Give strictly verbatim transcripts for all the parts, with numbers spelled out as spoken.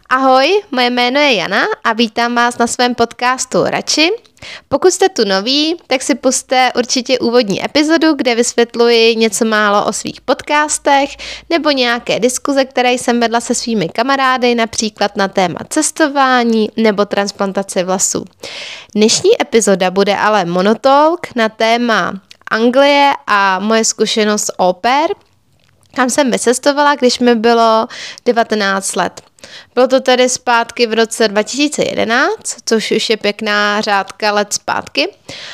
Ahoj, moje jméno je Jana a vítám vás na svém podcastu Radši. Pokud jste tu noví, tak si pusťte určitě úvodní epizodu, kde vysvětluji něco málo o svých podcastech nebo nějaké diskuze, které jsem vedla se svými kamarády, například na téma cestování nebo transplantace vlasů. Dnešní epizoda bude ale monotalk na téma Anglie a moje zkušenost au pair, kam jsem vycestovala, když mi bylo devatenáct let. Bylo to tedy zpátky v roce dva tisíce jedenáct, což už je pěkná řádka let zpátky,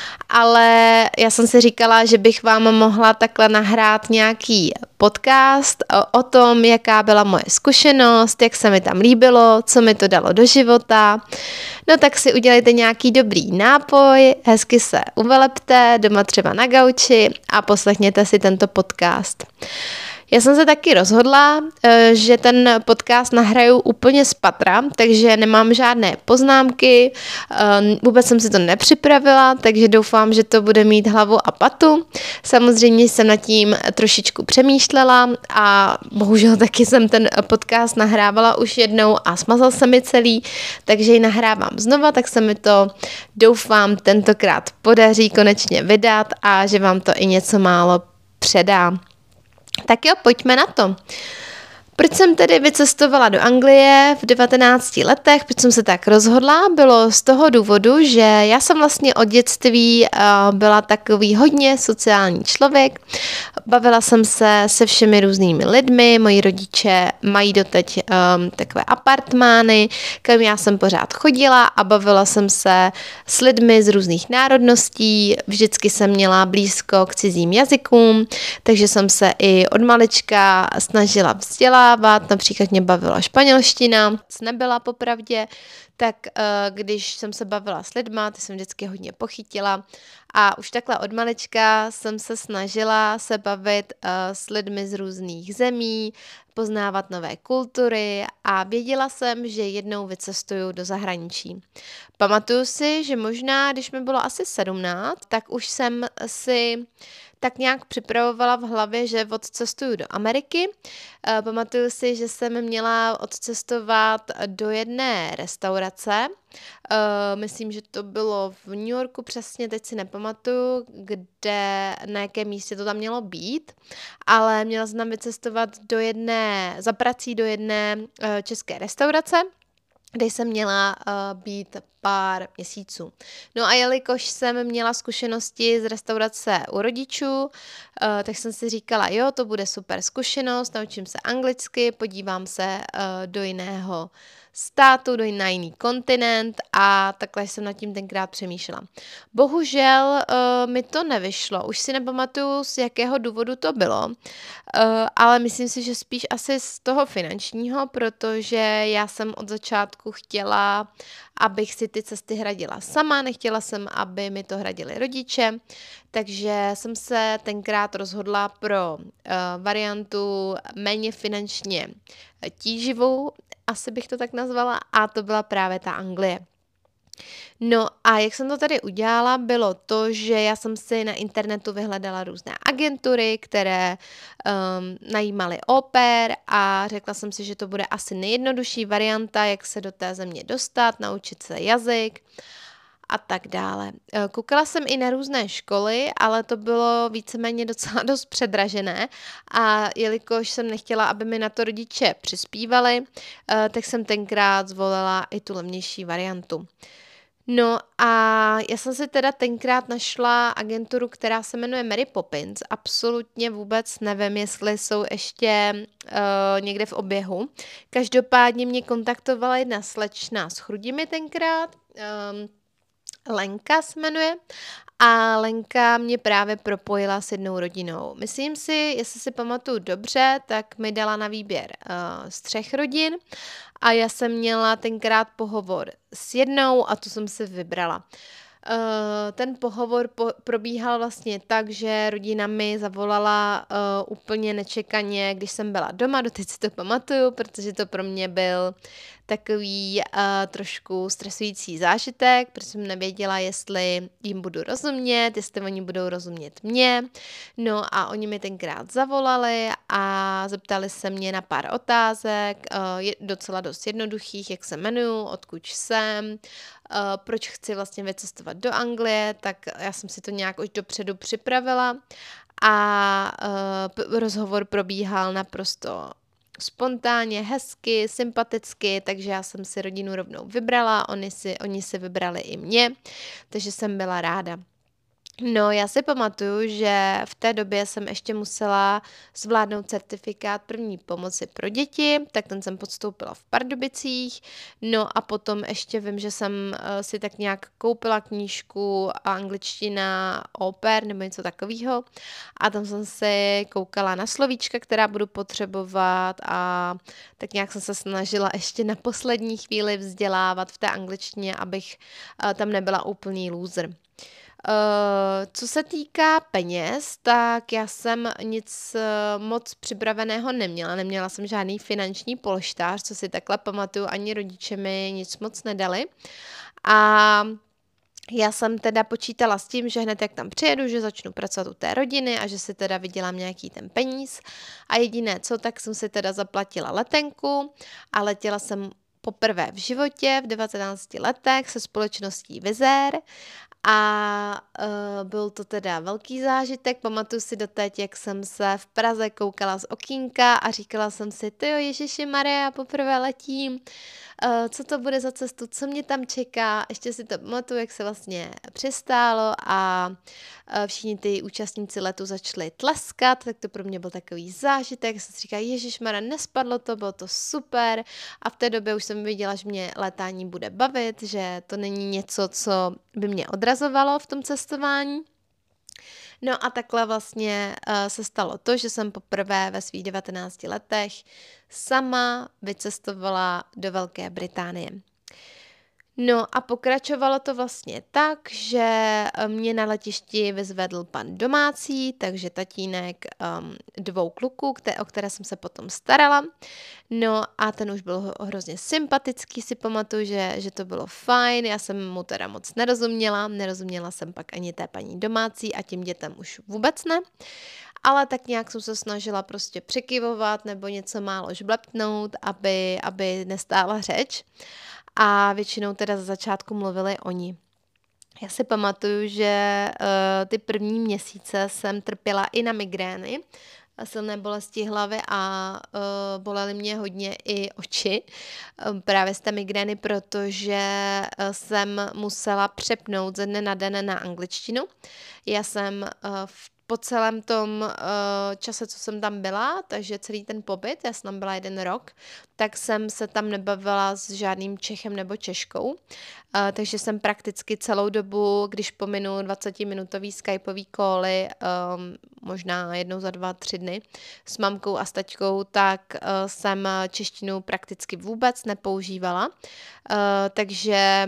ale já jsem si říkala, že bych vám mohla takhle nahrát nějaký podcast o, o tom, jaká byla moje zkušenost, jak se mi tam líbilo, co mi to dalo do života. No tak si udělejte nějaký dobrý nápoj, hezky se uvelepte, doma třeba na gauči a poslechněte si tento podcast. Já jsem se taky rozhodla, že ten podcast nahraju úplně z patra, takže nemám žádné poznámky, vůbec jsem si to nepřipravila, takže doufám, že to bude mít hlavu a patu. Samozřejmě jsem nad tím trošičku přemýšlela a bohužel taky jsem ten podcast nahrávala už jednou a smazal se mi celý, takže ji nahrávám znova, tak se mi to, doufám, tentokrát podaří konečně vydat a že vám to i něco málo předá. Tak jo, pojďme na to. Proč jsem tedy vycestovala do Anglie v devatenácti letech, proč jsem se tak rozhodla, bylo z toho důvodu, že já jsem vlastně od dětství uh, byla takový hodně sociální člověk. Bavila jsem se se všemi různými lidmi, moji rodiče mají doteď um, takové apartmány, kam já jsem pořád chodila a bavila jsem se s lidmi z různých národností, vždycky jsem měla blízko k cizím jazykům, takže jsem se i od malička snažila vzdělat. Například mě bavila španělština, nebyla popravdě, tak když jsem se bavila s lidma, ty jsem vždycky hodně pochytila a už takhle od malička jsem se snažila se bavit s lidmi z různých zemí, poznávat nové kultury a věděla jsem, že jednou vycestuju do zahraničí. Pamatuju si, že možná, když mi bylo asi sedmnáct, tak už jsem si tak nějak připravovala v hlavě, že odcestuju do Ameriky. E, pamatuju si, že jsem měla odcestovat do jedné restaurace. E, myslím, že to bylo v New Yorku přesně, teď si nepamatuju, kde, na jakém místě to tam mělo být, ale měla jsem tam vycestovat do jedné, za prací do jedné e, české restaurace, kde jsem měla uh, být pár měsíců. No a jelikož jsem měla zkušenosti z restaurace u rodičů, uh, tak jsem si říkala, jo, to bude super zkušenost, naučím se anglicky, podívám se uh, do jiného státu, do na jiný kontinent a takhle jsem nad tím tenkrát přemýšlela. Bohužel uh, mi to nevyšlo, už si nepamatuju, z jakého důvodu to bylo, uh, ale myslím si, že spíš asi z toho finančního, protože já jsem od začátku chtěla, abych si ty cesty hradila sama, nechtěla jsem, aby mi to hradili rodiče, takže jsem se tenkrát rozhodla pro uh, variantu méně finančně tíživou, asi bych to tak nazvala, a to byla právě ta Anglie. No a jak jsem to tady udělala, bylo to, že já jsem si na internetu vyhledala různé agentury, které um, najímaly au pair a řekla jsem si, že to bude asi nejjednodušší varianta, jak se do té země dostat, naučit se jazyk a tak dále. Koukala jsem i na různé školy, ale to bylo víceméně docela dost předražené a jelikož jsem nechtěla, aby mi na to rodiče přispívali, tak jsem tenkrát zvolila i tu levnější variantu. No a já jsem si teda tenkrát našla agenturu, která se jmenuje Mary Poppins. Absolutně vůbec nevím, jestli jsou ještě uh, někde v oběhu. Každopádně mě kontaktovala jedna slečna s chrudimi tenkrát, um, Lenka se jmenuje, a Lenka mě právě propojila s jednou rodinou. Myslím si, jestli si pamatuju dobře, tak mi dala na výběr uh, z třech rodin a já jsem měla tenkrát pohovor s jednou a tu jsem si vybrala. Ten pohovor po, probíhal vlastně tak, že rodina mi zavolala uh, úplně nečekaně, když jsem byla doma, doteď si to pamatuju, protože to pro mě byl takový uh, trošku stresující zážitek, protože jsem nevěděla, jestli jim budu rozumět, jestli oni budou rozumět mě. No a oni mi tenkrát zavolali a zeptali se mě na pár otázek, uh, je docela dost jednoduchých, jak se jmenuju, odkud jsem, uh, proč chci vlastně vycestovat do Anglie, tak já jsem si to nějak už dopředu připravila a uh, rozhovor probíhal naprosto spontánně, hezky, sympaticky, takže já jsem si rodinu rovnou vybrala, oni si, oni si vybrali i mě, takže jsem byla ráda. No, já si pamatuju, že v té době jsem ještě musela zvládnout certifikát první pomoci pro děti, tak ten jsem podstoupila v Pardubicích, no a potom ještě vím, že jsem uh, si tak nějak koupila knížku angličtina au pair nebo něco takového a tam jsem si koukala na slovíčka, která budu potřebovat a tak nějak jsem se snažila ještě na poslední chvíli vzdělávat v té angličtině, abych uh, tam nebyla úplný loser. Uh, co se týká peněz, tak já jsem nic uh, moc připraveného neměla. Neměla jsem žádný finanční polštář, co si takhle pamatuju, ani rodiče mi nic moc nedali. A já jsem teda počítala s tím, že hned jak tam přijedu, že začnu pracovat u té rodiny a že si teda vydělám nějaký ten peníz. A jediné co, tak jsem si teda zaplatila letenku a letěla jsem poprvé v životě v devatenácti letech se společností Wizz Air. A uh, byl to teda velký zážitek, pamatuju si doteď, jak jsem se v Praze koukala z okýnka a říkala jsem si, tyjo, Ježiši Maria, poprvé letím, uh, co to bude za cestu, co mě tam čeká, ještě si to pamatuju, jak se vlastně přistálo a uh, všichni ty účastníci letu začali tleskat, tak to pro mě byl takový zážitek, jsem si říkala, Ježiš Maria, nespadlo to, bylo to super a v té době už jsem viděla, že mě létání bude bavit, že to není něco, co by mě odrazovalo v tom cestování. No a takhle vlastně uh, se stalo to, že jsem poprvé ve svých devatenácti letech sama vycestovala do Velké Británie. No a pokračovalo to vlastně tak, že mě na letišti vyzvedl pan domácí, takže tatínek um, dvou kluků, které, o které jsem se potom starala. No a ten už byl hrozně sympatický, si pamatuju, že, že to bylo fajn, já jsem mu teda moc nerozuměla, nerozuměla jsem pak ani té paní domácí a těm dětem už vůbec ne. Ale tak nějak jsem se snažila prostě přikyvovat nebo něco málo žbleptnout, aby, aby nestála řeč. A většinou teda za začátku mluvili oni. Já si pamatuju, že uh, ty první měsíce jsem trpěla i na migrény, silné bolesti hlavy a uh, bolely mě hodně i oči uh, právě z té migrény, protože uh, jsem musela přepnout ze dne na den na angličtinu. Já jsem uh, v po celém tom uh, čase, co jsem tam byla, takže celý ten pobyt, já jsem tam byla jeden rok, tak jsem se tam nebavila s žádným Čechem nebo Češkou, uh, takže jsem prakticky celou dobu, když pominu dvacetiminutový skypový cally, um, možná jednou za dva, tři dny s mamkou a s taťkou, tak uh, jsem češtinu prakticky vůbec nepoužívala, uh, takže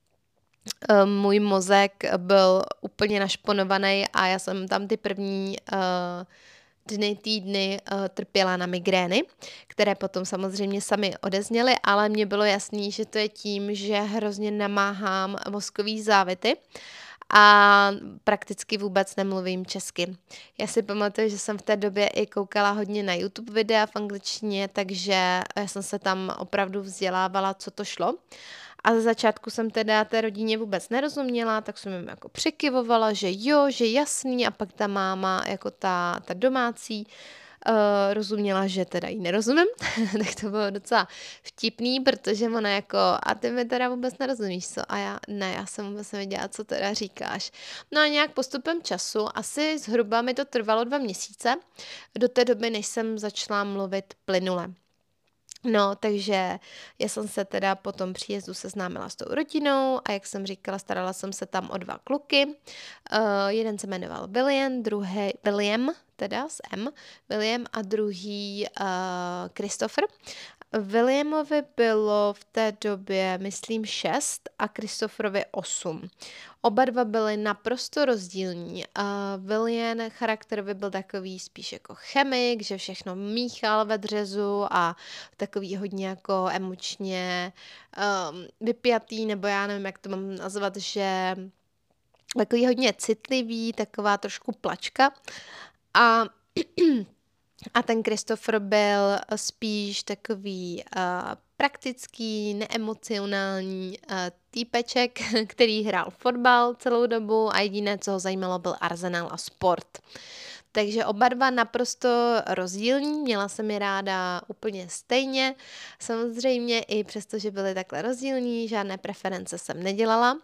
můj mozek byl úplně našponovaný a já jsem tam ty první uh, dny, týdny uh, trpěla na migrény, které potom samozřejmě sami odezněly, ale mně bylo jasný, že to je tím, že hrozně namáhám mozkový závity a prakticky vůbec nemluvím česky. Já si pamatuju, že jsem v té době i koukala hodně na YouTube videa v angličtině, takže já jsem se tam opravdu vzdělávala, co to šlo. A ze začátku jsem teda té rodině vůbec nerozuměla, tak jsem jim jako přikyvovala, že jo, že jasný, a pak ta máma, jako ta, ta domácí, uh, rozuměla, že teda jí nerozumím, tak to bylo docela vtipný, protože ona jako, a ty mi teda vůbec nerozumíš, co? A já, ne, já jsem vůbec nevěděla, co teda říkáš. No a nějak postupem času, asi zhruba mi to trvalo dva měsíce, do té doby, než jsem začala mluvit plynule. No, takže já jsem se teda po tom příjezdu seznámila s tou rodinou a jak jsem říkala, starala jsem se tam o dva kluky. Uh, jeden se jmenoval William, druhý William, teda s M, William a druhý uh, Christopher. Williamovi bylo v té době, myslím, šest a Christopherovi osm. Oba dva byli naprosto rozdílní. A William charakterově byl takový spíš jako chemik, že všechno míchal ve dřezu a takový hodně jako emočně um, vypjatý, nebo já nevím, jak to mám nazvat, že takový hodně citlivý, taková trošku plačka. A A ten Christopher byl spíš takový uh, praktický, neemocionální uh, týpeček, který hrál fotbal celou dobu a jediné, co ho zajímalo, byl Arsenal a sport. Takže oba dva naprosto rozdílní, měla jsem je ráda úplně stejně. Samozřejmě i přesto, že byly takhle rozdílní, žádné preference jsem nedělala.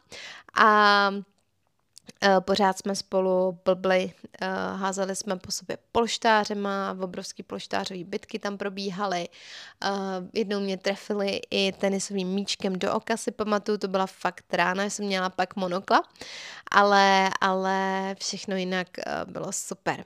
A pořád jsme spolu blbli, házeli jsme po sobě polštářema, obrovský polštářový bitky tam probíhaly. Jednou mě trefili i tenisovým míčkem do oka, si pamatuju, to byla fakt rána, jsem měla pak monokla, ale, ale všechno jinak bylo super.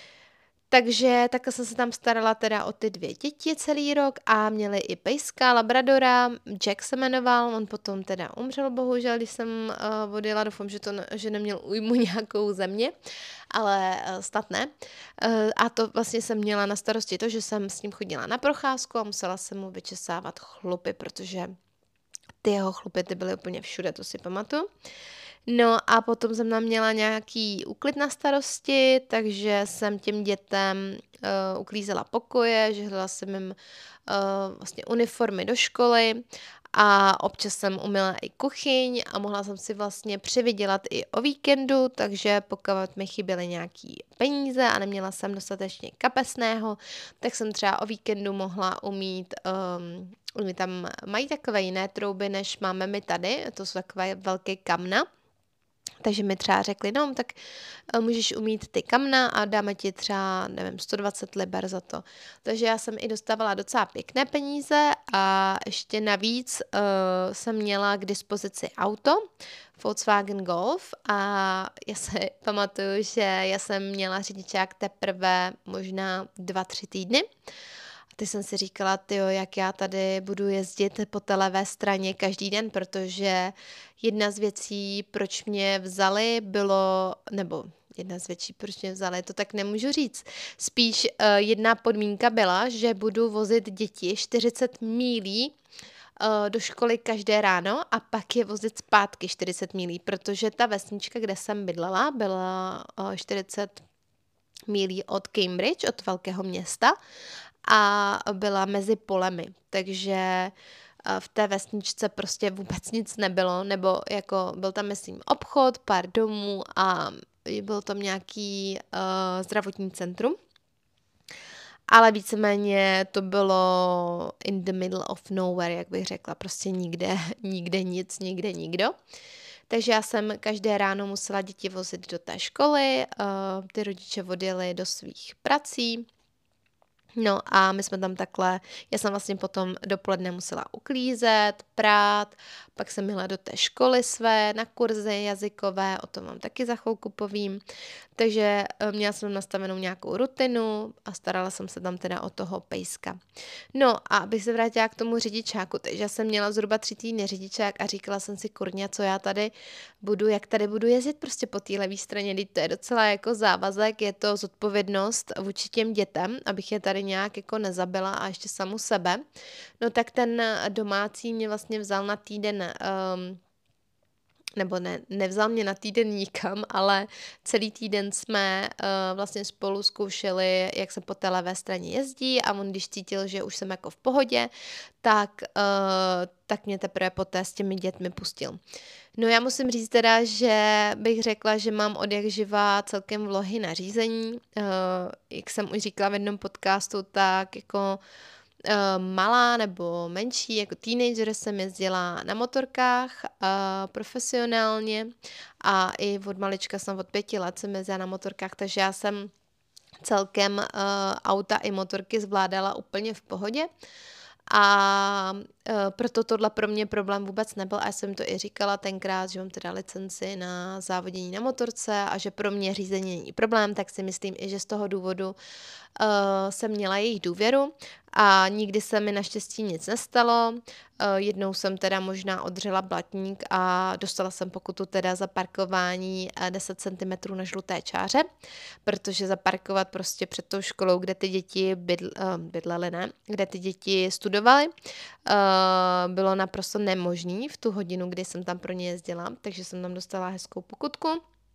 Takže takhle jsem se tam starala teda o ty dvě děti celý rok a měli i pejska, labradora, Jack se jmenoval, on potom teda umřel bohužel, když jsem uh, odjela, doufám, že, to, že neměl újmu nějakou země, ale uh, snad ne. Uh, a to vlastně jsem měla na starosti to, že jsem s ním chodila na procházku a musela jsem mu vyčesávat chlupy, protože ty jeho chlupy ty byly úplně všude, to si pamatuju. No a potom jsem tam měla nějaký úklid na starosti, takže jsem těm dětem uh, uklízela pokoje, žehlila jsem jim uh, vlastně uniformy do školy a občas jsem umyla i kuchyň a mohla jsem si vlastně přivydělat i o víkendu, takže pokud mi chyběly nějaký peníze a neměla jsem dostatečně kapesného, tak jsem třeba o víkendu mohla umít, um, oni tam mají takové jiné trouby, než máme my tady, to jsou takové velké kamna. Takže mi třeba řekli, no, tak můžeš umít ty kamna a dáme ti třeba, nevím, sto dvacet liber za to. Takže já jsem i dostávala docela pěkné peníze a ještě navíc uh, jsem měla k dispozici auto, Volkswagen Golf a já si pamatuju, že já jsem měla řidičák teprve možná dva, tři týdny. A teď jsem si říkala, tyjo, jak já tady budu jezdit po té levé straně každý den, protože jedna z věcí, proč mě vzali, bylo, nebo jedna z věcí, proč mě vzali, to tak nemůžu říct. Spíš uh, jedna podmínka byla, že budu vozit děti čtyřicet mílí uh, do školy každé ráno a pak je vozit zpátky čtyřicet mílí, protože ta vesnička, kde jsem bydlela, byla uh, čtyřicet mílí od Cambridge, od velkého města, a byla mezi polemi, takže v té vesničce prostě vůbec nic nebylo, nebo jako byl tam, myslím, obchod, pár domů a byl tam nějaký uh, zdravotní centrum. Ale víceméně to bylo in the middle of nowhere, jak bych řekla, prostě nikde, nikde nic, nikde nikdo. Takže já jsem každé ráno musela děti vozit do té školy, uh, ty rodiče odjeli do svých prací. No a my jsme tam takhle, já jsem vlastně potom dopoledne musela uklízet, prát, pak jsem jela do té školy své, na kurzy jazykové, o tom vám taky za chvilku povím. Takže měla jsem nastavenou nějakou rutinu a starala jsem se tam teda o toho pejska. No a abych se vrátila k tomu řidičáku, takže jsem měla zhruba tři týdny řidičák a říkala jsem si, kurňa, co já tady budu, jak tady budu jezdit prostě po té levé straně, teď to je docela jako závazek, je to zodpovědnost vůči těm dětem, abych je tady nějak jako nezabila a ještě samu sebe. No tak ten domácí mě vlastně vzal na týden, um, nebo ne, nevzal mě na týden nikam, ale celý týden jsme uh, vlastně spolu zkoušeli, jak se po té levé straně jezdí a on když cítil, že už jsem jako v pohodě, tak, uh, tak mě teprve poté s těmi dětmi pustil. No já musím říct teda, že bych řekla, že mám od jak živá celkem vlohy na řízení. Uh, jak jsem už říkala v jednom podcastu, tak jako uh, malá nebo menší, jako teenager jsem jezdila na motorkách uh, profesionálně a i od malička jsem od pěti let jsem jezdila na motorkách, takže já jsem celkem uh, auta i motorky zvládala úplně v pohodě. A proto tohle pro mě problém vůbec nebyl a já jsem to i říkala tenkrát, že mám teda licenci na závodění na motorce a že pro mě řízení není problém, tak si myslím i, že z toho důvodu uh, jsem měla jejich důvěru a nikdy se mi naštěstí nic nestalo. Uh, jednou jsem teda možná odřela blatník a dostala jsem pokutu teda za parkování deset centimetrů na žluté čáře, protože zaparkovat prostě před tou školou, kde ty děti bydl, uh, bydlely, ne, kde ty děti studovaly, uh, bylo naprosto nemožný v tu hodinu, kdy jsem tam pro ně jezdila, takže jsem tam dostala hezkou pokutku.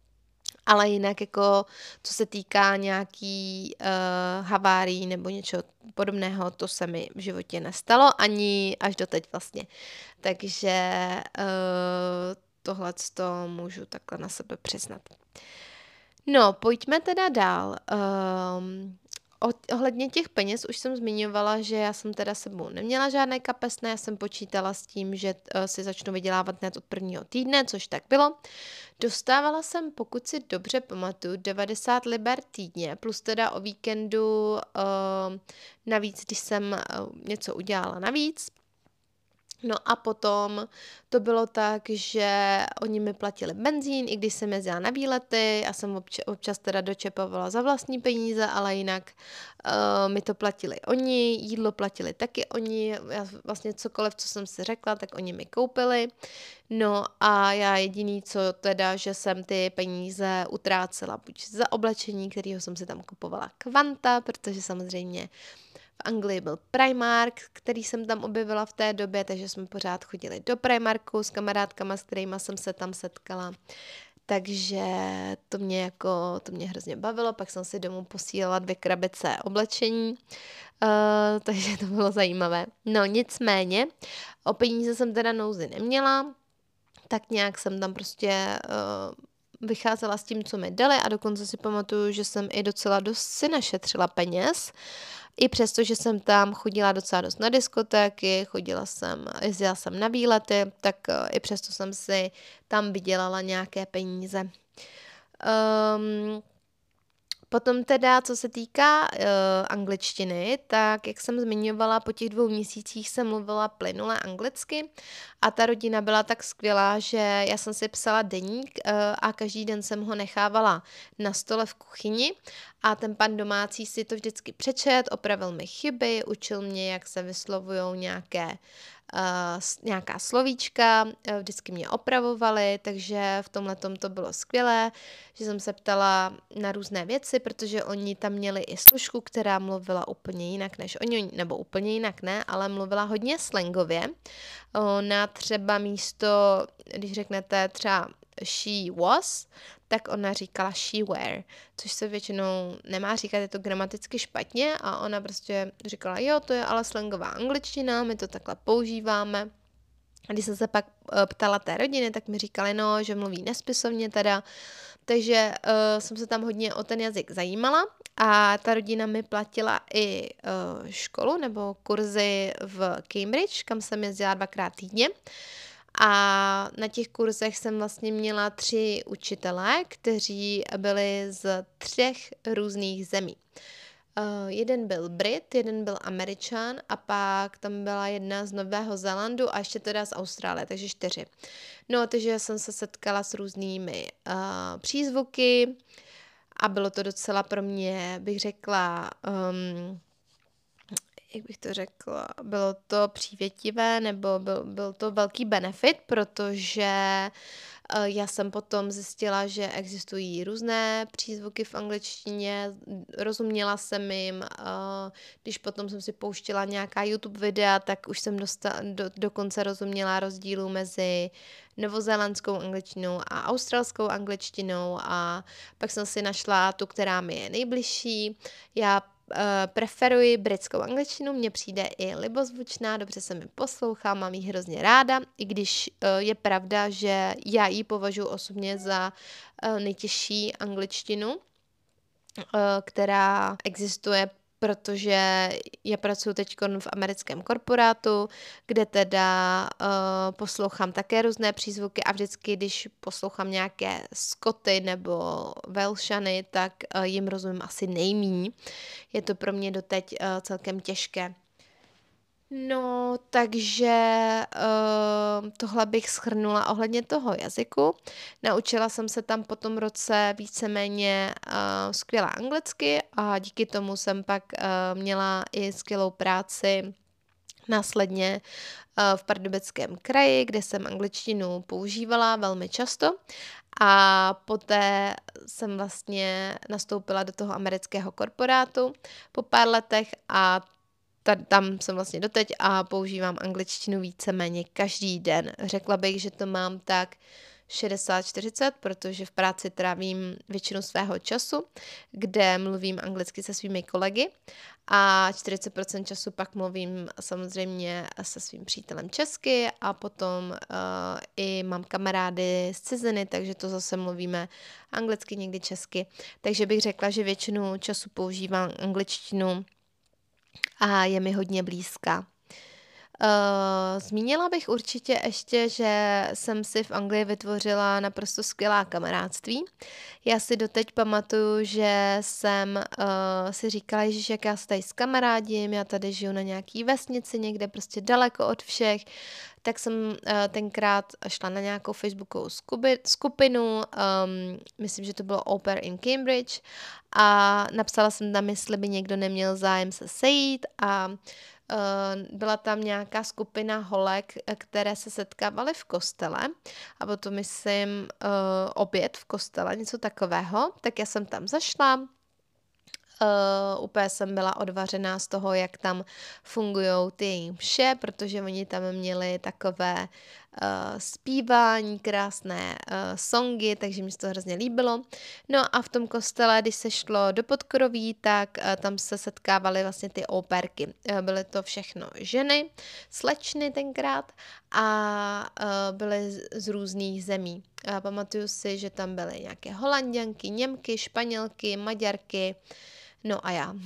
Ale jinak jako, co se týká nějaký uh, havárií nebo něčeho podobného, to se mi v životě nestalo, ani až doteď vlastně. Takže uh, tohle to můžu takhle na sebe přiznat. No, pojďme teda dál. Um, Ohledně těch peněz už jsem zmiňovala, že já jsem teda sebou neměla žádné kapesné, já jsem počítala s tím, že uh, si začnu vydělávat hned od prvního týdne, což tak bylo. Dostávala jsem, pokud si dobře pamatuju, devadesát liber týdně, plus teda o víkendu uh, navíc, když jsem uh, něco udělala navíc. No a potom to bylo tak, že oni mi platili benzín, i když jsem jezdila na výlety, já jsem občas, občas teda dočepovala za vlastní peníze, ale jinak uh, mi to platili oni, jídlo platili taky oni, já vlastně cokoliv, co jsem si řekla, tak oni mi koupili. No a já jediný, co teda, že jsem ty peníze utrácela buď za oblečení, kterého jsem si tam kupovala Kvanta, protože samozřejmě v Anglii byl Primark, který jsem tam objevila v té době, takže jsme pořád chodili do Primarku s kamarádkama, s kterými jsem se tam setkala. Takže to mě jako, to mě hrozně bavilo, pak jsem si domů posílala dvě krabice oblečení, uh, takže to bylo zajímavé. No nicméně, o peníze jsem teda nouzi neměla, tak nějak jsem tam prostě uh, vycházela s tím, co mi dali a dokonce si pamatuju, že jsem i docela dost si našetřila peněz. I přesto, že jsem tam chodila docela dost na diskotéky, chodila jsem, jezdila jsem na výlety, tak uh, i přesto jsem si tam vydělala nějaké peníze. Um, Potom teda, co se týká uh, angličtiny, tak jak jsem zmiňovala, po těch dvou měsících jsem mluvila plynule anglicky a ta rodina byla tak skvělá, že já jsem si psala deník uh, a každý den jsem ho nechávala na stole v kuchyni a ten pan domácí si to vždycky přečet, opravil mi chyby, učil mě, jak se vyslovují nějaké Uh, nějaká slovíčka, uh, vždycky mě opravovali, takže v tomhletom to bylo skvělé, že jsem se ptala na různé věci, protože oni tam měli i služku, která mluvila úplně jinak než oni, nebo úplně jinak ne, ale mluvila hodně slangově. Ona třeba místo, když řeknete třeba she was, tak ona říkala she were, což se většinou nemá říkat, je to gramaticky špatně a ona prostě říkala, jo, to je ale slangová angličtina, my to takhle používáme. A když jsem se pak ptala té rodiny, tak mi říkali, no, že mluví nespisovně teda, takže uh, jsem se tam hodně o ten jazyk zajímala a ta rodina mi platila i uh, školu nebo kurzy v Cambridge, kam jsem jezdila dvakrát týdně. A na těch kurzech jsem vlastně měla tři učitele, kteří byli z třech různých zemí. Uh, jeden byl Brit, jeden byl Američan a pak tam byla jedna z Nového Zélandu a ještě teda z Austrálie, takže čtyři. No, takže jsem se setkala s různými uh, přízvuky a bylo to docela pro mě, bych řekla, um, jak bych to řekla, bylo to přívětivé nebo byl, byl to velký benefit, protože uh, já jsem potom zjistila, že existují různé přízvuky v angličtině, rozuměla jsem jim, uh, když potom jsem si pouštěla nějaká YouTube videa, tak už jsem dosta, do, dokonce rozuměla rozdílu mezi novozélandskou angličtinou a australskou angličtinou a pak jsem si našla tu, která mi je nejbližší. Já Uh, preferuji britskou angličtinu, mně přijde i libozvučná, dobře se mi poslouchá, mám ji hrozně ráda, i když uh, je pravda, že já ji považuji osobně za uh, nejtěžší angličtinu, uh, která existuje, protože já pracuji teď v americkém korporátu, kde teda uh, poslouchám také různé přízvuky a vždycky, když poslouchám nějaké Skoty nebo Welshany, tak uh, jim rozumím asi nejmíň. Je to pro mě doteď uh, celkem těžké. No, takže uh, tohle bych shrnula ohledně toho jazyku. Naučila jsem se tam po tom roce víceméně uh, skvěle anglicky a díky tomu jsem pak uh, měla i skvělou práci následně uh, v Pardubickém kraji, kde jsem angličtinu používala velmi často. A poté jsem vlastně nastoupila do toho amerického korporátu po pár letech a tam jsem vlastně doteď a používám angličtinu víceméně každý den. Řekla bych, že to mám tak šedesát čtyřicet, protože v práci trávím většinu svého času, kde mluvím anglicky se svými kolegy a čtyřicet procent času pak mluvím samozřejmě se svým přítelem česky a potom uh, i mám kamarády z ciziny, takže to zase mluvíme anglicky, někdy česky. Takže bych řekla, že většinu času používám angličtinu a je mi hodně blízká. Uh, zmínila bych určitě ještě, že jsem si v Anglii vytvořila naprosto skvělá kamarádství. Já si doteď pamatuju, že jsem uh, si říkala, že jak já se tady skamarádím, já tady žiju na nějaký vesnici, někde prostě daleko od všech, tak jsem uh, tenkrát šla na nějakou facebookovou skupi, skupinu, um, myslím, že to bylo Au Pair in Cambridge a napsala jsem tam, jestli by někdo neměl zájem se sejít a Uh, byla tam nějaká skupina holek, které se setkávaly v kostele a potom myslím uh, oběd v kostele, něco takového, tak já jsem tam zašla. Uh, úplně jsem byla odvařená z toho, jak tam fungují ty mše, protože oni tam měli takové uh, zpívání, krásné uh, songy, takže mi se to hrozně líbilo. No a v tom kostele, když se šlo do podkroví, tak uh, tam se setkávaly vlastně ty operky. Uh, byly to všechno ženy, slečny tenkrát a uh, byly z, z různých zemí. Uh, pamatuju si, že tam byly nějaké Holanďanky, Němky, Španělky, Maďarky, no a já.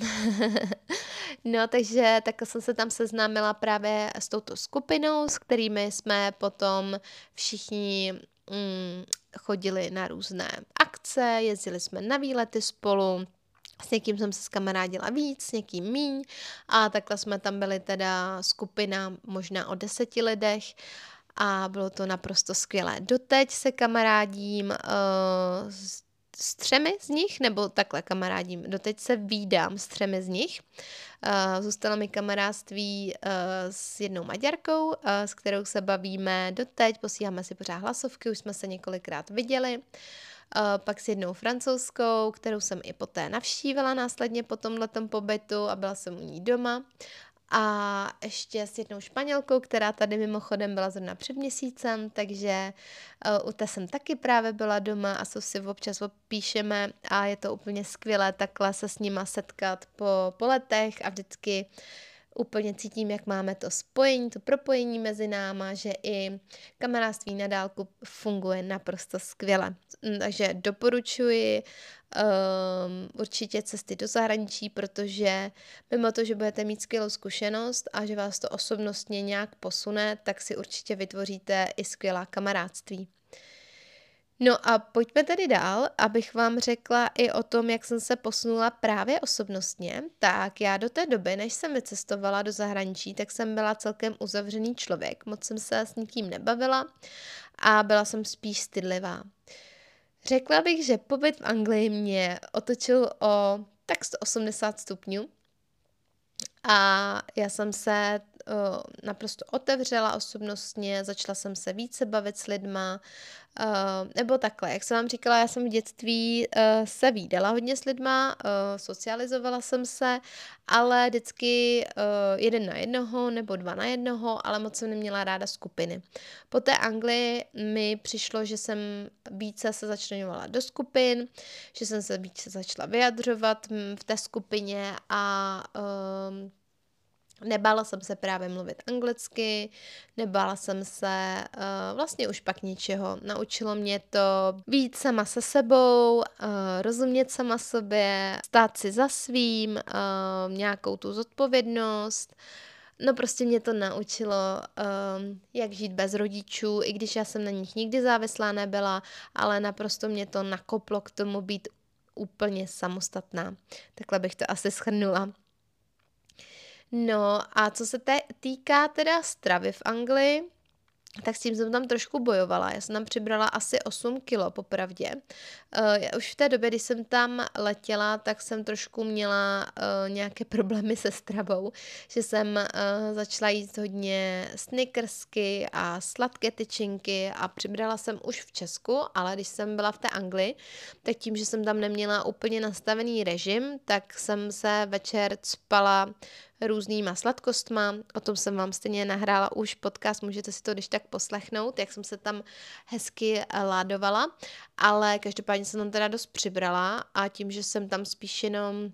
No, takže tak jsem se tam seznámila právě s touto skupinou, s kterými jsme potom všichni mm, chodili na různé akce, jezdili jsme na výlety spolu, s někým jsem se skamarádila víc, s někým míň a takhle jsme tam byli teda skupina možná o deseti lidech a bylo to naprosto skvělé. Doteď se kamarádím uh, s s třemi z nich, nebo takhle kamarádím. Doteď se vídám s třemi z nich. Uh, zůstalo mi kamarádství uh, s jednou Maďarkou, uh, s kterou se bavíme doteď, posíláme si pořád hlasovky, už jsme se několikrát viděli. Uh, pak s jednou Francouzskou, kterou jsem i poté navštívila následně po tomhletom pobytu a byla jsem u ní doma. A ještě s jednou Španělkou, která tady mimochodem byla zrovna před měsícem, takže uh, u té jsem taky právě byla doma a co si občas píšeme a je to úplně skvělé takhle se s nima setkat po, po letech a vždycky úplně cítím, jak máme to spojení, to propojení mezi náma, že i kamarádství na dálku funguje naprosto skvěle. Takže doporučuji um, určitě cesty do zahraničí, protože mimo to, že budete mít skvělou zkušenost a že vás to osobnostně nějak posune, tak si určitě vytvoříte i skvělá kamarádství. No a pojďme tedy dál, abych vám řekla i o tom, jak jsem se posunula právě osobnostně. Tak já do té doby, než jsem vycestovala do zahraničí, tak jsem byla celkem uzavřený člověk. Moc jsem se s nikým nebavila a byla jsem spíš stydlivá. Řekla bych, že pobyt v Anglii mě otočil o tak sto osmdesát stupňů a já jsem se uh, naprosto otevřela osobnostně, začala jsem se více bavit s lidma, uh, nebo takhle, jak jsem vám říkala, já jsem v dětství uh, se vídala hodně s lidma, uh, socializovala jsem se, ale vždycky uh, jeden na jednoho nebo dva na jednoho, ale moc jsem neměla ráda skupiny. Po té Anglii mi přišlo, že jsem více se začlenovala do skupin, že jsem se více začala vyjadřovat v té skupině a um, nebála jsem se právě mluvit anglicky, nebála jsem se uh, vlastně už pak ničeho. Naučilo mě to být sama se sebou, uh, rozumět sama sobě, stát si za svým, uh, nějakou tu zodpovědnost. No prostě mě to naučilo, um, jak žít bez rodičů, i když já jsem na nich nikdy závislá nebyla, ale naprosto mě to nakoplo k tomu být úplně samostatná. Takhle bych to asi shrnula. No a co se te- týká teda stravy v Anglii, tak s tím jsem tam trošku bojovala. Já jsem tam přibrala asi osm kilo popravdě. Uh, já už v té době, když jsem tam letěla, tak jsem trošku měla uh, nějaké problémy se stravou, že jsem uh, začala jíst hodně snickersky a sladké tyčinky a přibrala jsem už v Česku, ale když jsem byla v té Anglii, tak tím, že jsem tam neměla úplně nastavený režim, tak jsem se večer cpala různýma sladkostma, o tom jsem vám stejně nahrála už podcast, můžete si to když tak poslechnout, jak jsem se tam hezky ládovala, ale každopádně jsem tam teda dost přibrala a tím, že jsem tam spíš jenom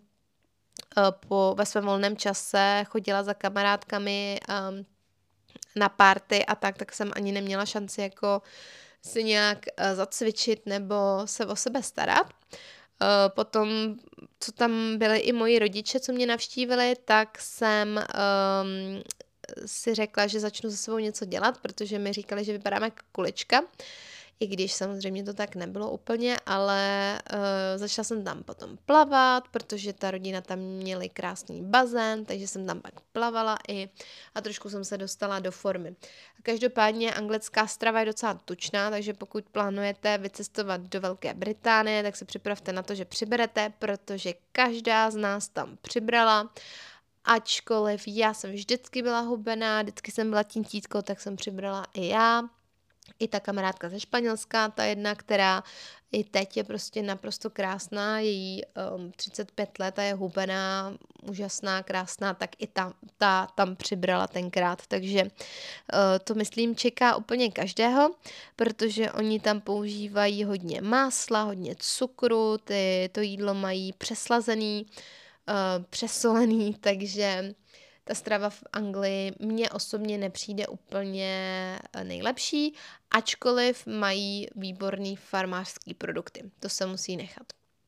po, ve svém volném čase chodila za kamarádkami um, na party a tak, tak jsem ani neměla šanci jako si nějak uh, zacvičit nebo se o sebe starat. Uh, potom, co tam byli i moji rodiče, co mě navštívili, tak jsem um, si řekla, že začnu se sebou něco dělat, protože mi říkali, že vypadám jako kulička. I když samozřejmě to tak nebylo úplně, ale uh, začala jsem tam potom plavat, protože ta rodina tam měli krásný bazén, takže jsem tam pak plavala i a trošku jsem se dostala do formy. Každopádně anglická strava je docela tučná, takže pokud plánujete vycestovat do Velké Británie, tak se připravte na to, že přiberete, protože každá z nás tam přibrala. Ačkoliv já jsem vždycky byla hubená, vždycky jsem byla tintítko, tak jsem přibrala i já. I ta kamarádka ze Španělska, ta jedna, která i teď je prostě naprosto krásná, její um, třicet pět let a je hubená, úžasná, krásná, tak i ta, ta tam přibrala tenkrát, takže uh, to myslím čeká úplně každého, protože oni tam používají hodně másla, hodně cukru, ty, to jídlo mají přeslazený, uh, přesolený, takže ta strava v Anglii mně osobně nepřijde úplně nejlepší, ačkoliv mají výborný farmářský produkty. To se musí nechat.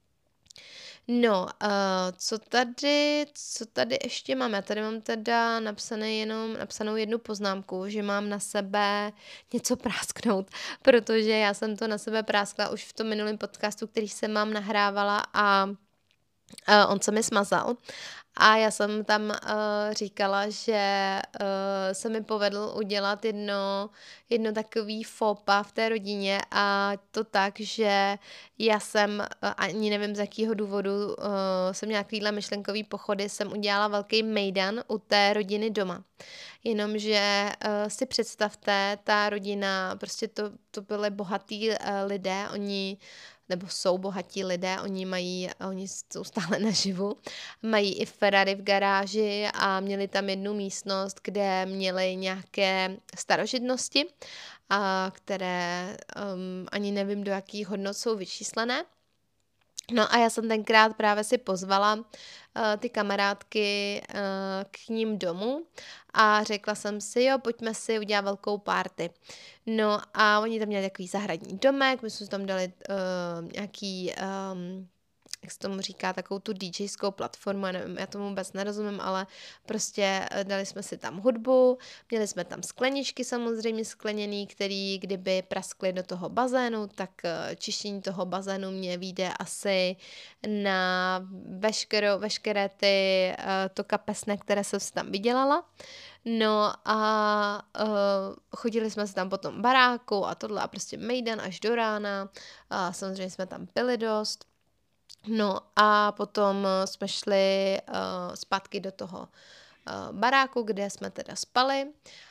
No, uh, co tady, co tady ještě mám? Já tady mám teda napsané jenom, napsanou jednu poznámku, že mám na sebe něco prásknout, protože já jsem to na sebe práskla už v tom minulém podcastu, který jsem mám nahrávala a uh, on se mi smazal. A já jsem tam uh, říkala, že uh, se mi povedl udělat jedno, jedno takový fópa v té rodině a to tak, že já jsem, uh, ani nevím z jakého důvodu, uh, jsem měla takovýhle myšlenkový pochody, jsem udělala velký mejdan u té rodiny doma. Jenomže uh, si představte, ta rodina, prostě to, to byly bohatý uh, lidé, oni nebo jsou bohatí lidé, oni mají, oni jsou stále naživu, mají i Ferrari v garáži a měli tam jednu místnost, kde měli nějaké starožitnosti, a které um, ani nevím, do jakých hodnot jsou vyčíslené. No a já jsem tenkrát právě si pozvala uh, ty kamarádky uh, k ním domů a řekla jsem si, jo, pojďme si udělat velkou party. No a oni tam měli takový zahradní domek, my jsme tam dali uh, nějaký... Um, jak se tomu říká, takovou tu DJskou platformu, já nevím, já tomu vůbec nerozumím, ale prostě dali jsme si tam hudbu, měli jsme tam skleničky samozřejmě skleněný, který kdyby praskly do toho bazénu, tak čištění toho bazénu mě vyjde asi na veškerou, veškeré ty to kapesné, které jsem si tam vydělala. No a uh, chodili jsme se tam potom baráku a tohle a prostě mejdan až do rána a samozřejmě jsme tam pili dost. No a potom jsme šli uh, zpátky do toho uh, baráku, kde jsme teda spali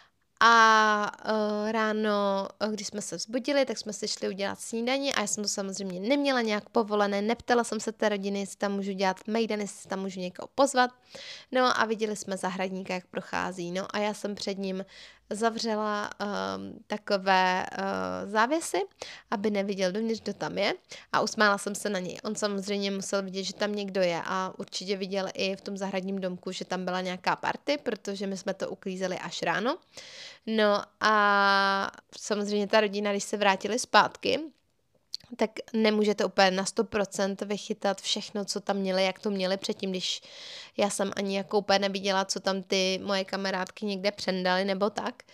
a uh, ráno, když jsme se vzbudili, tak jsme si šli udělat snídani a já jsem to samozřejmě neměla nějak povolené, neptala jsem se té rodiny, jestli tam můžu dělat mejdan, jestli tam můžu někoho pozvat. No a viděli jsme zahradníka, jak prochází, no a já jsem před ním zavřela um, takové uh, závěsy, aby neviděl dovnitř, kdo tam je a usmála jsem se na něj. On samozřejmě musel vidět, že tam někdo je a určitě viděl i v tom zahradním domku, že tam byla nějaká party, protože my jsme to uklízeli až ráno. No a samozřejmě ta rodina, když se vrátili zpátky, tak nemůžete úplně na sto procent vychytat všechno, co tam měli, jak to měli předtím, když já jsem ani jako úplně neviděla, co tam ty moje kamarádky někde přendaly nebo tak.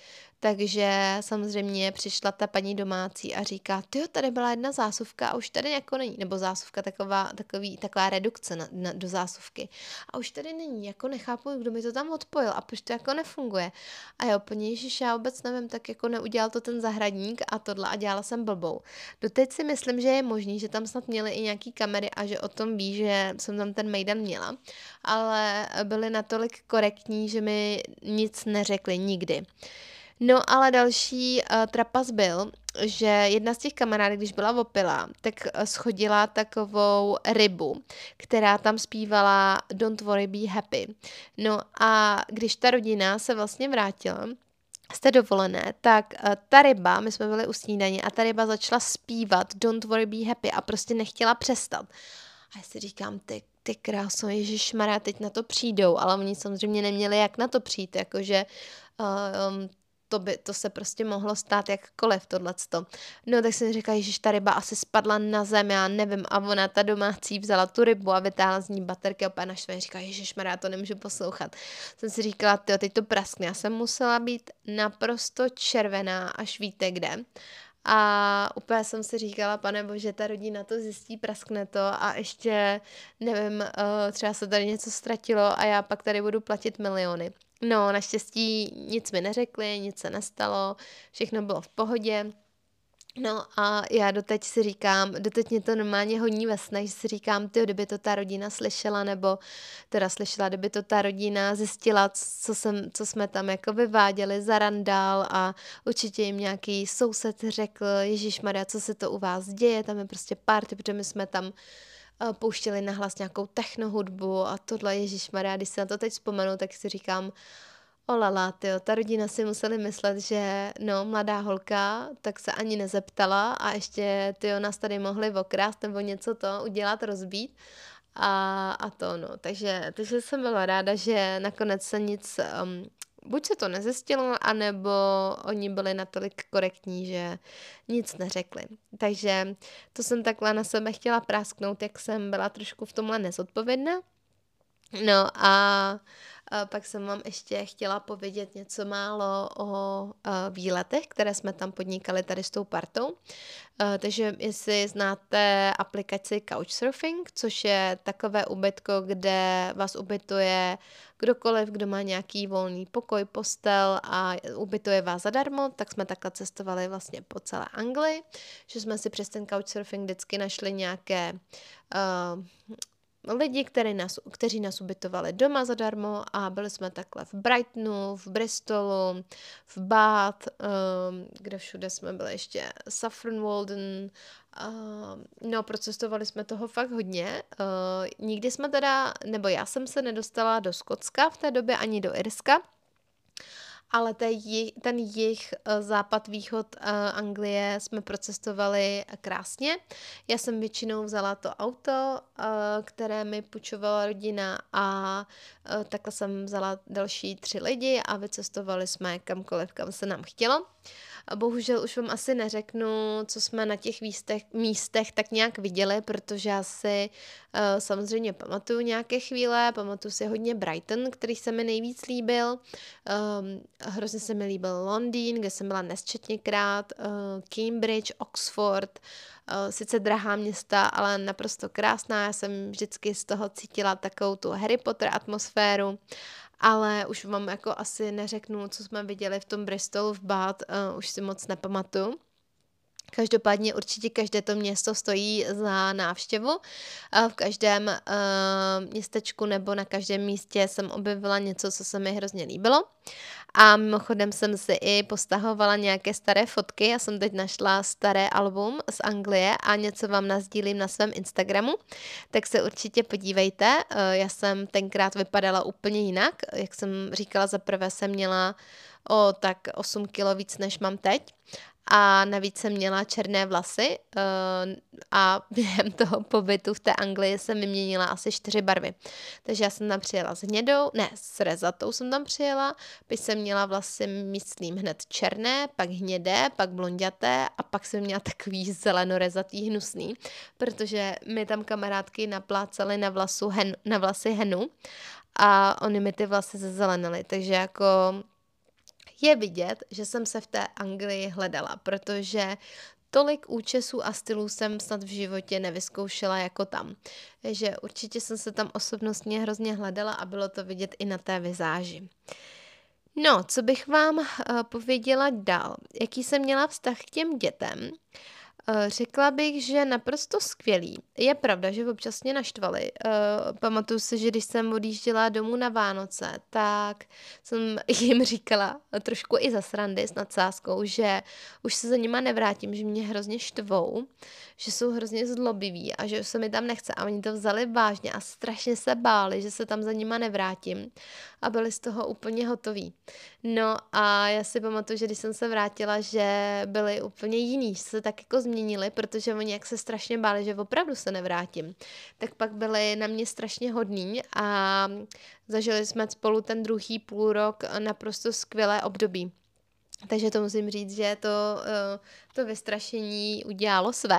takže samozřejmě přišla ta paní domácí a říká, tyjo, tady byla jedna zásuvka a už tady jako není, nebo zásuvka taková, takový, taková redukce na, na, do zásuvky a už tady není, jako nechápu, kdo mi to tam odpojil a proč to jako nefunguje. A já úplně, ježiš, já vůbec nevím, tak jako neudělal to ten zahradník a tohle a dělala jsem blbou. Doteď si myslím, že je možný, že tam snad měli i nějaký kamery a že o tom ví, že jsem tam ten mejdan měla, ale byli natolik korektní, že mi nic neřekli nikdy. No ale další uh, trapas byl, že jedna z těch kamarádek, když byla opila, tak uh, schodila takovou rybu, která tam zpívala Don't worry, be happy. No a když ta rodina se vlastně vrátila z té dovolené, tak uh, ta ryba, my jsme byli u snídaně a ta ryba začala zpívat Don't worry, be happy a prostě nechtěla přestat. A já si říkám, ty, ty kráso, ježišmarja, teď na to přijdou, ale oni samozřejmě neměli jak na to přijít, jakože uh, um, To, by, to se prostě mohlo stát jakkoliv, tohleto. No tak jsem říkala, ježiš, ta ryba asi spadla na zem, já nevím, a ona, ta domácí, vzala tu rybu a vytáhla z ní baterky a opět naštvaně říkala, ježišmarja, já to nemůžu poslouchat. Jsem si říkala, tyjo, teď to praskne, já jsem musela být naprosto červená, až víte kde. A úplně jsem si říkala, pane bože, ta rodina to zjistí, praskne to a ještě, nevím, třeba se tady něco ztratilo a já pak tady budu platit miliony. No, naštěstí nic mi neřekli, nic se nestalo, všechno bylo v pohodě. No a já doteď si říkám, doteď mě to normálně honí ve snech, že si říkám, tyjo, kdyby to ta rodina slyšela, nebo teda slyšela, kdyby to ta rodina zjistila, co, jsem, co jsme tam jako vyváděli za randál a určitě jim nějaký soused řekl, ježišmarja, co se to u vás děje, tam je prostě party, protože my jsme tam pouštěli nahlas nějakou technohudbu a tohle, ježišmarja, když se na to teď vzpomenu, tak si říkám, olala, tyjo, ta rodina si museli myslet, že no, mladá holka, tak se ani nezeptala a ještě tyjo, nás tady mohli okrást nebo něco to udělat, rozbít a, a to no, takže, takže jsem byla ráda, že nakonec se nic, um, buď se to nezjistilo, anebo oni byli natolik korektní, že nic neřekli. Takže to jsem takhle na sebe chtěla prásknout, jak jsem byla trošku v tomhle nezodpovědná. No a, a pak jsem vám ještě chtěla povědět něco málo o a, výletech, které jsme tam podnikali tady s tou partou. A, takže jestli znáte aplikaci Couchsurfing, což je takové ubytko, kde vás ubytuje kdokoliv, kdo má nějaký volný pokoj, postel a ubytuje vás zadarmo, tak jsme takhle cestovali vlastně po celé Anglii, že jsme si přes ten Couchsurfing vždycky našli nějaké uh, lidi, který nás, kteří nás ubytovali doma zadarmo a byli jsme takhle v Brightonu, v Bristolu, v Bath, um, kde všude jsme byli ještě Saffron Walden. Uh, no, procestovali jsme toho fakt hodně. Uh, nikdy jsme teda, nebo já jsem se nedostala do Skotska v té době ani do Irska, ale ten jih, západ, východ Anglie jsme procestovali krásně. Já jsem většinou vzala to auto, které mi půjčovala rodina a takhle jsem vzala další tři lidi a vycestovali jsme kamkoliv, kam se nám chtělo. Bohužel už vám asi neřeknu, co jsme na těch místech, místech tak nějak viděli, protože já si uh, samozřejmě pamatuju nějaké chvíle, pamatuju si hodně Brighton, který se mi nejvíc líbil, um, hrozně se mi líbil Londýn, kde jsem byla nesčetněkrát, uh, Cambridge, Oxford, uh, sice drahá města, ale naprosto krásná, já jsem vždycky z toho cítila takovou tu Harry Potter atmosféru. Ale už vám jako asi neřeknu, co jsme viděli v tom Bristolu, v Bath, uh, už si moc nepamatuju. Každopádně určitě každé to město stojí za návštěvu. V každém uh, městečku nebo na každém místě jsem objevila něco, co se mi hrozně líbilo. A mimochodem jsem si i postahovala nějaké staré fotky. Já jsem teď našla staré album z Anglie a něco vám nasdílím na svém Instagramu. Tak se určitě podívejte. Uh, já jsem tenkrát vypadala úplně jinak. Jak jsem říkala, zaprvé jsem měla o tak osm kilo víc, než mám teď. A navíc jsem měla černé vlasy uh, a během toho pobytu v té Anglii jsem vyměnila asi čtyři barvy. Takže já jsem tam přijela s hnědou, ne, s rezatou jsem tam přijela, pak jsem měla vlasy, myslím, hned černé, pak hnědé, pak blonďaté a pak jsem měla takový zelenorezatý hnusný, protože mi tam kamarádky naplácaly na, vlasu hen, na vlasy henu a oni mi ty vlasy zezelenily, takže jako Je vidět, že jsem se v té Anglii hledala, protože tolik účesů a stylů jsem snad v životě nevyzkoušela jako tam. Takže určitě jsem se tam osobnostně hrozně hledala a bylo to vidět i na té vizáži. No, co bych vám uh, pověděla dál? Jaký jsem měla vztah k těm dětem? Uh, řekla bych, že naprosto skvělý. Je pravda, že občas mě naštvali. Uh, pamatuju si, že když jsem odjížděla domů na Vánoce, tak jsem jim říkala trošku i za srandy s nadsázkou, že už se za nima nevrátím, že mě hrozně štvou, že jsou hrozně zlobiví a že se mi tam nechce. A oni to vzali vážně a strašně se báli, že se tam za nima nevrátím. A byli z toho úplně hotoví. No a já si pamatuju, že když jsem se vrátila, že byli úplně jiný, že se tak jako změnili, protože oni jak se strašně báli, že opravdu se nevrátím. Tak pak byli na mě strašně hodní a zažili jsme spolu ten druhý půl rok naprosto skvělé období. Takže to musím říct, že to, to vystrašení udělalo své.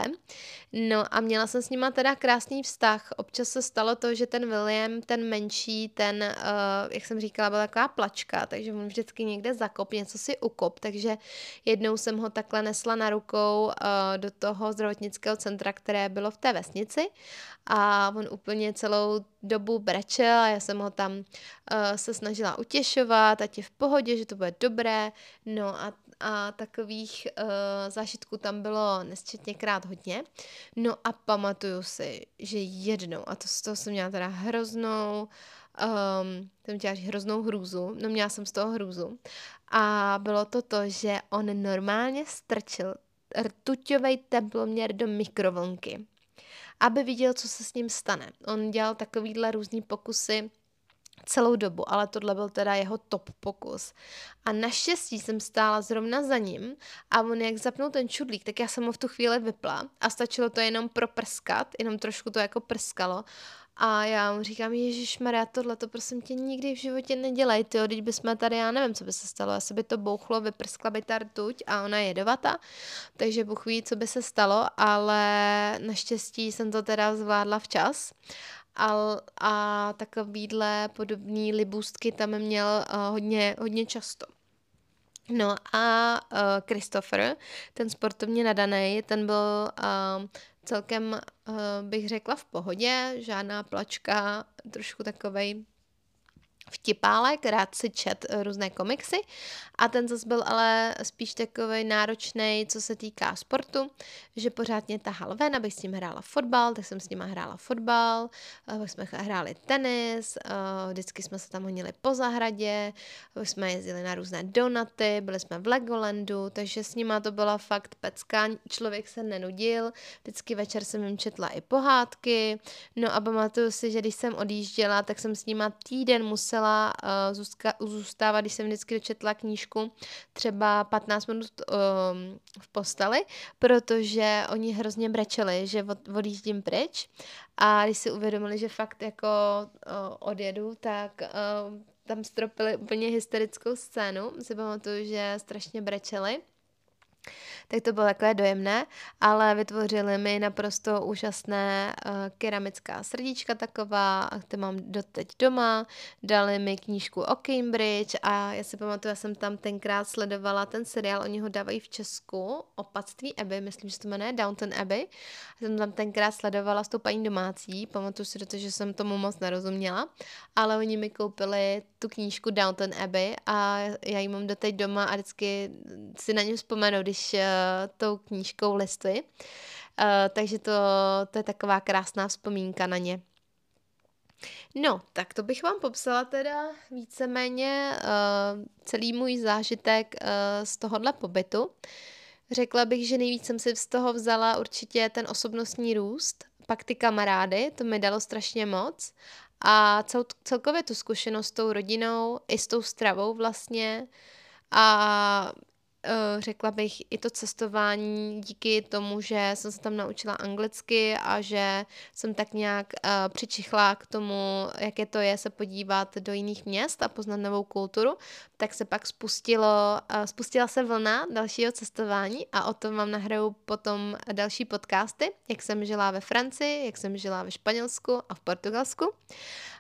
No a měla jsem s nima teda krásný vztah. Občas se stalo to, že ten William, ten menší, ten, jak jsem říkala, byla taková plačka, takže on vždycky někde zakop, něco si ukop, takže jednou jsem ho takhle nesla na rukou do toho zdravotnického centra, které bylo v té vesnici a on úplně celou dobu brečel a já jsem ho tam uh, se snažila utěšovat, ať je v pohodě, že to bude dobré, no a, a takových uh, zážitků tam bylo nesčetněkrát hodně. No a pamatuju si, že jednou, a to z toho jsem měla teda hroznou, um, jsem měla hroznou hrůzu, no měla jsem z toho hrůzu a bylo to to, že on normálně strčil rtuťovej teploměr do mikrovlnky, aby viděl, co se s ním stane. On dělal takovýhle různý pokusy celou dobu, ale tohle byl teda jeho top pokus. A naštěstí jsem stála zrovna za ním a on jak zapnul ten čudlík, tak já jsem ho v tu chvíli vypla a stačilo to jenom proprskat, jenom trošku to jako prskalo. A já mu říkám, ježišmarja, tohle to prosím tě nikdy v životě nedělej, tyjo, teď bychom tady, já nevím, co by se stalo, asi by to bouchlo, vyprskla by ta rtuť a ona je jedovatá, takže Bůh ví, co by se stalo, ale naštěstí jsem to teda zvládla včas. A, a takovýhle podobný libůstky tam měl uh, hodně, hodně často. No a uh, Christopher, ten sportovně nadaný, ten byl uh, celkem, uh, bych řekla, v pohodě, žádná plačka, trošku takovej vtipálek, rád si čet různé komiksy a ten zase byl ale spíš takovej náročnej, co se týká sportu, že pořád mě tahal ven, abych s ním hrála fotbal, tak jsem s ním hrála fotbal, pak jsme hráli tenis, vždycky jsme se tam honili po zahradě, pak jsme jezdili na různé donaty, byli jsme v Legolandu, takže s nima to byla fakt pecka, člověk se nenudil, vždycky večer jsem jim četla i pohádky, no a pamatuju si, že když jsem odjížděla, tak jsem s nima týden musela uh, zůstávat, když jsem vždycky dočetla knížku, třeba patnáct minut um, v posteli, protože oni hrozně brečeli, že od, odjíždím pryč a když si uvědomili, že fakt jako uh, odjedu, tak uh, tam stropili úplně hysterickou scénu, si pamatuju, že strašně brečeli. Tak to bylo takové dojemné, ale vytvořili mi naprosto úžasné uh, keramická srdíčka taková, které mám doteď doma, dali mi knížku o Cambridge a já si pamatuju, já jsem tam tenkrát sledovala ten seriál, oni ho dávají v Česku, Opatství Abbey, myslím, že se to jmenuje Downton Abbey. Já jsem tam tenkrát sledovala s tou paní domácí, pamatuju si do toho, že jsem tomu moc nerozuměla, ale oni mi koupili tu knížku Downton Abbey a já ji mám doteď doma a vždycky si na ní vzpomenu, když uh, tou knížkou listuji. Uh, takže to, to je taková krásná vzpomínka na ně. No, tak to bych vám popsala teda víceméně uh, celý můj zážitek uh, z tohohle pobytu. Řekla bych, že nejvíc jsem si z toho vzala určitě ten osobnostní růst, pak ty kamarády, to mi dalo strašně moc a cel, celkově tu zkušenost s tou rodinou i s tou stravou vlastně a řekla bych i to cestování díky tomu, že jsem se tam naučila anglicky a že jsem tak nějak uh, přičichla k tomu, jaké to je se podívat do jiných měst a poznat novou kulturu, tak se pak spustilo, uh, spustila se vlna dalšího cestování a o tom vám nahraju potom další podcasty, jak jsem žila ve Francii, jak jsem žila ve Španělsku a v Portugalsku.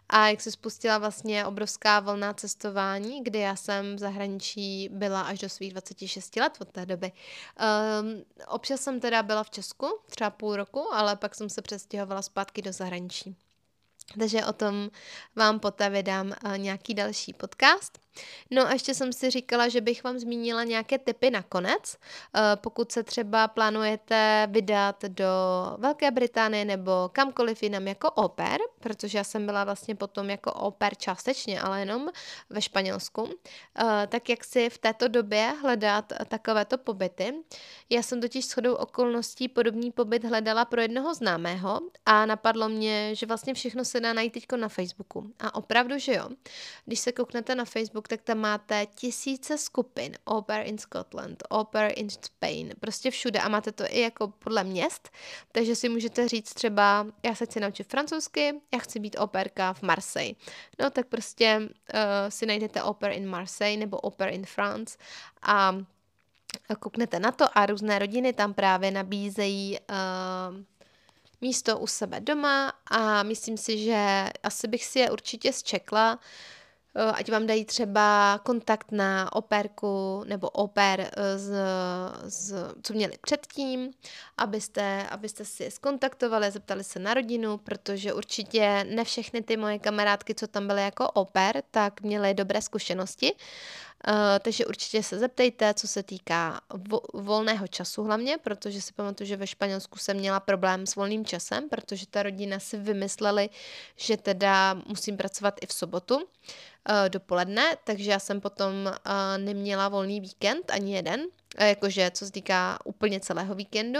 a jak se spustila vlastně obrovská vlna cestování, kdy já jsem v zahraničí byla až do svých dvaceti šesti let od té doby. Um, občas jsem teda byla v Česku, třeba půl roku, ale pak jsem se přestěhovala zpátky do zahraničí. Takže o tom vám poté vydám uh, nějaký další podcast. No a ještě jsem si říkala, že bych vám zmínila nějaké tipy nakonec. Uh, pokud se třeba plánujete vydat do Velké Británie nebo kamkoliv jinam jako au pair, protože já jsem byla vlastně potom jako au pair částečně, ale jenom ve Španělsku, uh, tak jak si v této době hledat takovéto pobyty. Já jsem totiž shodou okolností podobný pobyt hledala pro jednoho známého a napadlo mě, že vlastně všechno se dá najít teďko na Facebooku. A opravdu, že jo. Když se kouknete na Facebook, tak tam máte tisíce skupin Au pair in Scotland, Au pair in Spain, prostě všude a máte to i jako podle měst, takže si můžete říct třeba, já se chci naučit francouzsky, já chci být au pairka v Marseille. No tak prostě uh, si najdete Au pair in Marseille nebo Au pair in France a kouknete na to a různé rodiny tam právě nabízejí uh, místo u sebe doma a myslím si, že asi bych si je určitě zčekla, ať vám dají třeba kontakt na opérku nebo opér, z, z, co měli předtím, abyste, abyste si je skontaktovali, zeptali se na rodinu, protože určitě ne všechny ty moje kamarádky, co tam byly jako opér, tak měly dobré zkušenosti. Uh, takže určitě se zeptejte, co se týká vo- volného času hlavně, protože si pamatuju, že ve Španělsku jsem měla problém s volným časem, protože ta rodina si vymysleli, že teda musím pracovat i v sobotu uh, dopoledne, takže já jsem potom uh, neměla volný víkend ani jeden, uh, jakože co se týká úplně celého víkendu.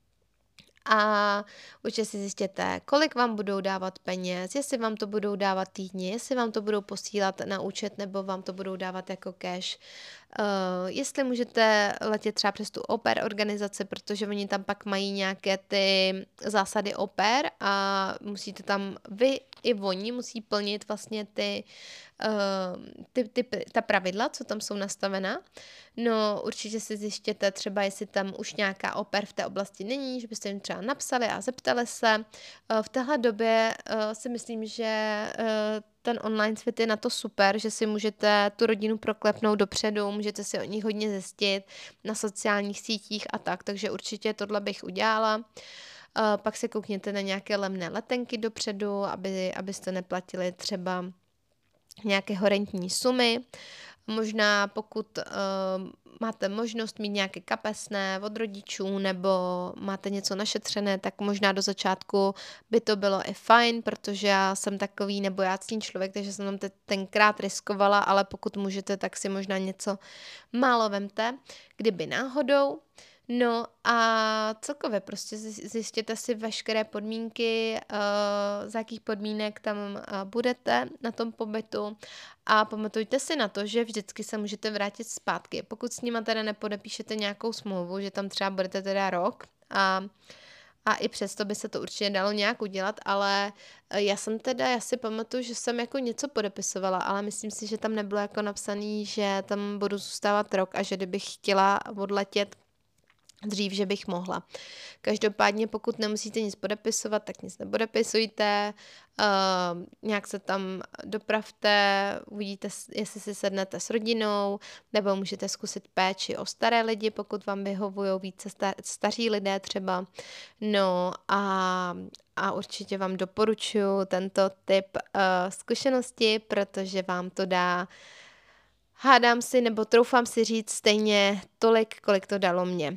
A určitě si zjistěte, kolik vám budou dávat peněz, jestli vám to budou dávat týdně, jestli vám to budou posílat na účet nebo vám to budou dávat jako cash. Uh, jestli můžete letět třeba přes tu au pair organizaci, protože oni tam pak mají nějaké ty zásady au pair a musíte tam vy i oni musí plnit vlastně ty, uh, ty, ty, ta pravidla, co tam jsou nastavená. No určitě si zjištěte třeba, jestli tam už nějaká au pair v té oblasti není, že byste jim třeba napsali a zeptali se. Uh, v téhle době uh, si myslím, že uh, ten online svět je na to super, že si můžete tu rodinu proklepnout dopředu, můžete si o nich hodně zjistit na sociálních sítích a tak, takže určitě tohle bych udělala. Uh, pak se koukněte na nějaké levné letenky dopředu, aby, abyste neplatili třeba nějaké horentní sumy. Možná pokud uh, máte možnost mít nějaké kapesné od rodičů nebo máte něco našetřené, tak možná do začátku by to bylo i fajn, protože já jsem takový nebojácný člověk, takže jsem tam te- tenkrát riskovala, ale pokud můžete, tak si možná něco málo vemte, kdyby náhodou. No a celkově prostě zjistěte si veškeré podmínky, uh, za jakých podmínek tam uh, budete na tom pobytu a pamatujte si na to, že vždycky se můžete vrátit zpátky. Pokud s nima teda nepodepíšete nějakou smlouvu, že tam třeba budete teda rok a A i přesto by se to určitě dalo nějak udělat, ale já jsem teda, já si pamatuju, že jsem jako něco podepisovala, ale myslím si, že tam nebylo jako napsaný, že tam budu zůstávat rok a že kdybych chtěla odletět dřív, že bych mohla. Každopádně, pokud nemusíte nic podepisovat, tak nic nepodepisujte, uh, nějak se tam dopravte, uvidíte, jestli si sednete s rodinou, nebo můžete zkusit péči o staré lidi, pokud vám vyhovují více star- staří lidé třeba. No a, a určitě vám doporučuji tento typ uh, zkušenosti, protože vám to dá, hádám si, nebo troufám si říct stejně tolik, kolik to dalo mě.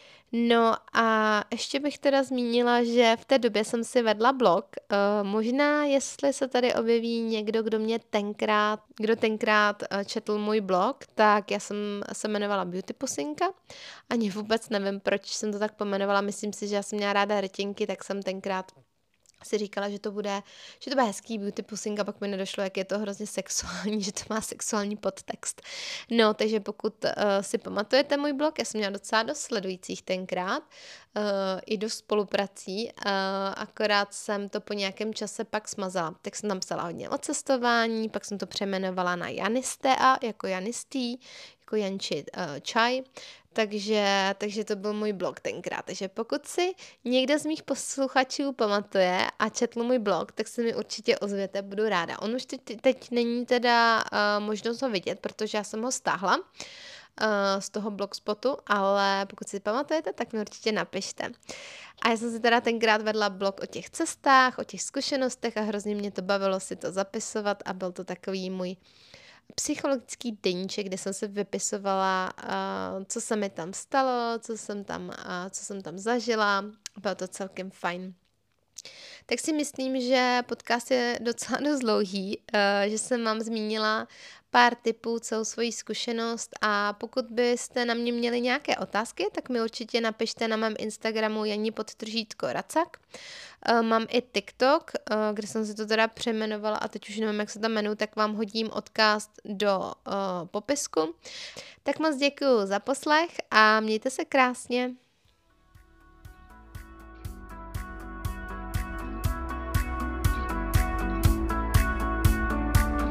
No a ještě bych teda zmínila, že v té době jsem si vedla blog. Uh, možná, jestli se tady objeví někdo, kdo mě tenkrát, kdo tenkrát uh, četl můj blog, tak já jsem se jmenovala Beauty Pusinka. Ani vůbec nevím, proč jsem to tak pomenovala. Myslím si, že já jsem měla ráda rtěnky, tak jsem tenkrát si říkala, že to bude, že to bude hezký Beauty Pusinka, pak mi nedošlo, jak je to hrozně sexuální, že to má sexuální podtext. No, takže pokud uh, si pamatujete můj blog, já jsem měla docela dost sledujících tenkrát, uh, i do spoluprací, uh, akorát jsem to po nějakém čase pak smazala. Tak jsem tam psala hodně o cestování, pak jsem to přejmenovala na Janistea, jako Janistý, jako Janči uh, čaj. takže, takže to byl můj blog tenkrát. Takže pokud si někdo z mých posluchačů pamatuje a četl můj blog, tak se mi určitě ozvěte, budu ráda. On už teď, teď není teda uh, možnost ho vidět, protože já jsem ho stáhla uh, z toho blogspotu, ale pokud si pamatujete, tak mi určitě napište. A já jsem si teda tenkrát vedla blog o těch cestách, o těch zkušenostech a hrozně mě to bavilo si to zapisovat a byl to takový můj psychologický deníček, kde jsem se vypisovala, uh, co se mi tam stalo, co jsem tam, uh, co jsem tam zažila. Bylo to celkem fajn. Tak si myslím, že podcast je docela dost dlouhý, uh, že jsem vám zmínila pár tipů, celou svoji zkušenost a pokud byste na mě měli nějaké otázky, tak mi určitě napište na mém Instagramu Janí podtržítko Racak. Uh, mám i TikTok, uh, kde jsem si to teda přejmenovala a teď už nevím, jak se tam jmenuji, tak vám hodím odkaz do uh, popisku. Tak moc děkuju za poslech a mějte se krásně.